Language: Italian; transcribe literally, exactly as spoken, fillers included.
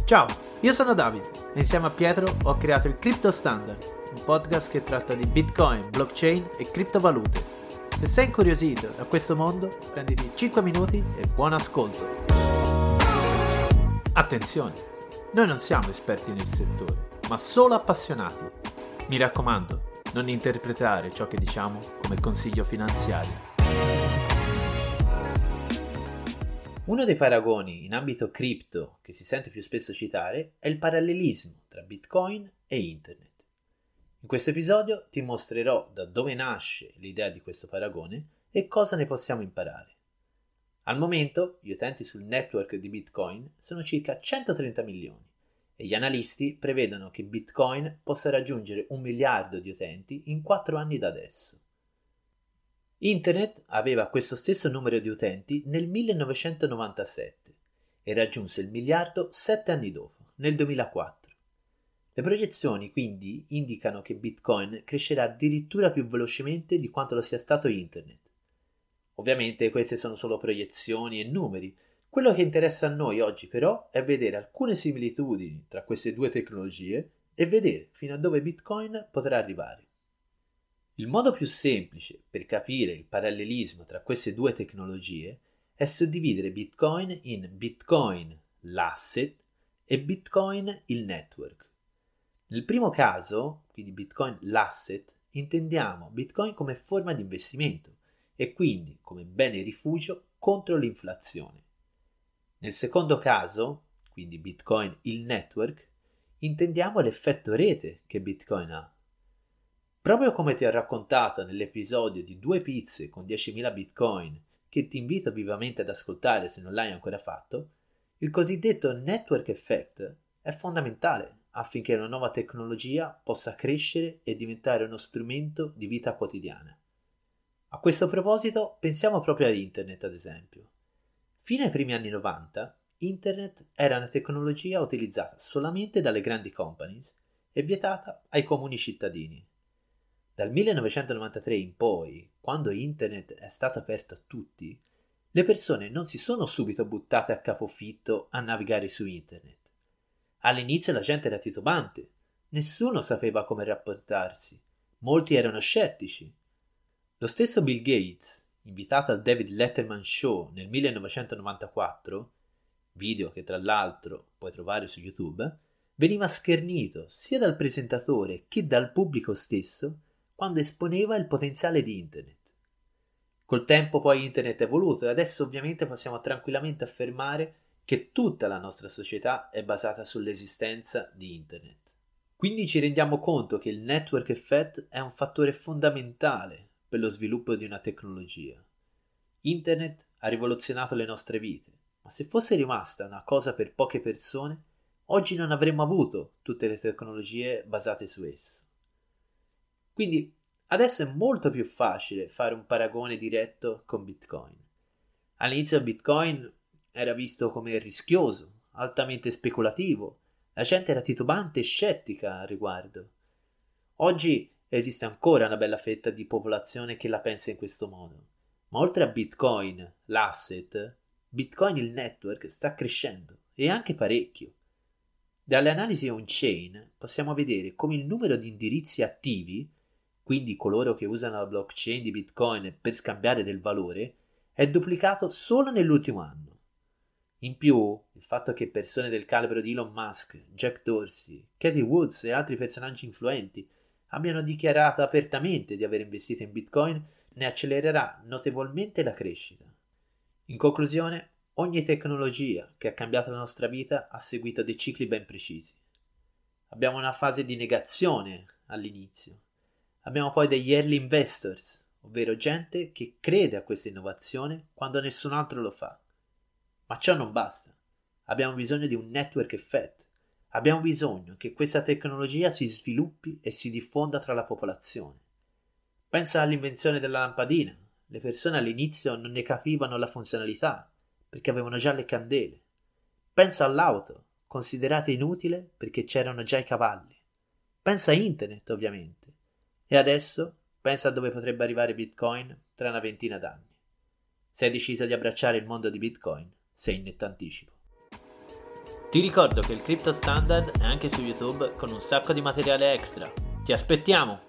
Ciao, io sono Davide e insieme a Pietro ho creato il Crypto Standard, un podcast che tratta di Bitcoin, blockchain e criptovalute. Se sei incuriosito da questo mondo, prenditi cinque minuti e buon ascolto. Attenzione, noi non siamo esperti nel settore, ma solo appassionati. Mi raccomando, non interpretare ciò che diciamo come consiglio finanziario. Uno dei paragoni in ambito cripto che si sente più spesso citare è il parallelismo tra Bitcoin e Internet. In questo episodio ti mostrerò da dove nasce l'idea di questo paragone e cosa ne possiamo imparare. Al momento gli utenti sul network di Bitcoin sono circa centotrenta milioni e gli analisti prevedono che Bitcoin possa raggiungere un miliardo di utenti in quattro anni da adesso. Internet aveva questo stesso numero di utenti nel millenovecentonovantasette e raggiunse il miliardo sette anni dopo, nel duemilaquattro. Le proiezioni quindi indicano che Bitcoin crescerà addirittura più velocemente di quanto lo sia stato Internet. Ovviamente queste sono solo proiezioni e numeri. Quello che interessa a noi oggi però è vedere alcune similitudini tra queste due tecnologie e vedere fino a dove Bitcoin potrà arrivare. Il modo più semplice per capire il parallelismo tra queste due tecnologie è suddividere Bitcoin in Bitcoin, l'asset, e Bitcoin, il network. Nel primo caso, quindi Bitcoin, l'asset, intendiamo Bitcoin come forma di investimento e quindi come bene rifugio contro l'inflazione. Nel secondo caso, quindi Bitcoin, il network, intendiamo l'effetto rete che Bitcoin ha. Proprio come ti ho raccontato nell'episodio di due pizze con diecimila bitcoin, che ti invito vivamente ad ascoltare se non l'hai ancora fatto, il cosiddetto network effect è fondamentale affinché una nuova tecnologia possa crescere e diventare uno strumento di vita quotidiana. A questo proposito pensiamo proprio ad Internet, ad esempio. Fino ai primi anni novanta, Internet era una tecnologia utilizzata solamente dalle grandi companies e vietata ai comuni cittadini. Dal millenovecentonovantatré in poi, quando Internet è stato aperto a tutti, le persone non si sono subito buttate a capofitto a navigare su Internet. All'inizio la gente era titubante, nessuno sapeva come rapportarsi, molti erano scettici. Lo stesso Bill Gates, invitato al David Letterman Show nel millenovecentonovantaquattro, video che tra l'altro puoi trovare su YouTube, veniva schernito sia dal presentatore che dal pubblico stesso quando esponeva il potenziale di Internet. Col tempo poi Internet è evoluto e adesso ovviamente possiamo tranquillamente affermare che tutta la nostra società è basata sull'esistenza di Internet. Quindi ci rendiamo conto che il network effect è un fattore fondamentale per lo sviluppo di una tecnologia. Internet ha rivoluzionato le nostre vite, ma se fosse rimasta una cosa per poche persone, oggi non avremmo avuto tutte le tecnologie basate su esso. Quindi adesso è molto più facile fare un paragone diretto con Bitcoin. All'inizio Bitcoin era visto come rischioso, altamente speculativo, la gente era titubante e scettica al riguardo. Oggi esiste ancora una bella fetta di popolazione che la pensa in questo modo, ma oltre a Bitcoin, l'asset, Bitcoin il network sta crescendo e anche parecchio. Dalle analisi on-chain possiamo vedere come il numero di indirizzi attivi, quindi coloro che usano la blockchain di Bitcoin per scambiare del valore, è duplicato solo nell'ultimo anno. In più, il fatto che persone del calibro di Elon Musk, Jack Dorsey, Cathie Woods e altri personaggi influenti abbiano dichiarato apertamente di aver investito in Bitcoin ne accelererà notevolmente la crescita. In conclusione, ogni tecnologia che ha cambiato la nostra vita ha seguito dei cicli ben precisi. Abbiamo una fase di negazione all'inizio. Abbiamo poi degli early investors, ovvero gente che crede a questa innovazione quando nessun altro lo fa. Ma ciò non basta. Abbiamo bisogno di un network effect. Abbiamo bisogno che questa tecnologia si sviluppi e si diffonda tra la popolazione. Pensa all'invenzione della lampadina. Le persone all'inizio non ne capivano la funzionalità, perché avevano già le candele. Pensa all'auto, considerata inutile perché c'erano già i cavalli. Pensa a Internet, ovviamente. E adesso pensa a dove potrebbe arrivare Bitcoin tra una ventina d'anni. Se hai deciso di abbracciare il mondo di Bitcoin, sei in netto anticipo. Ti ricordo che il Crypto Standard è anche su YouTube con un sacco di materiale extra. Ti aspettiamo!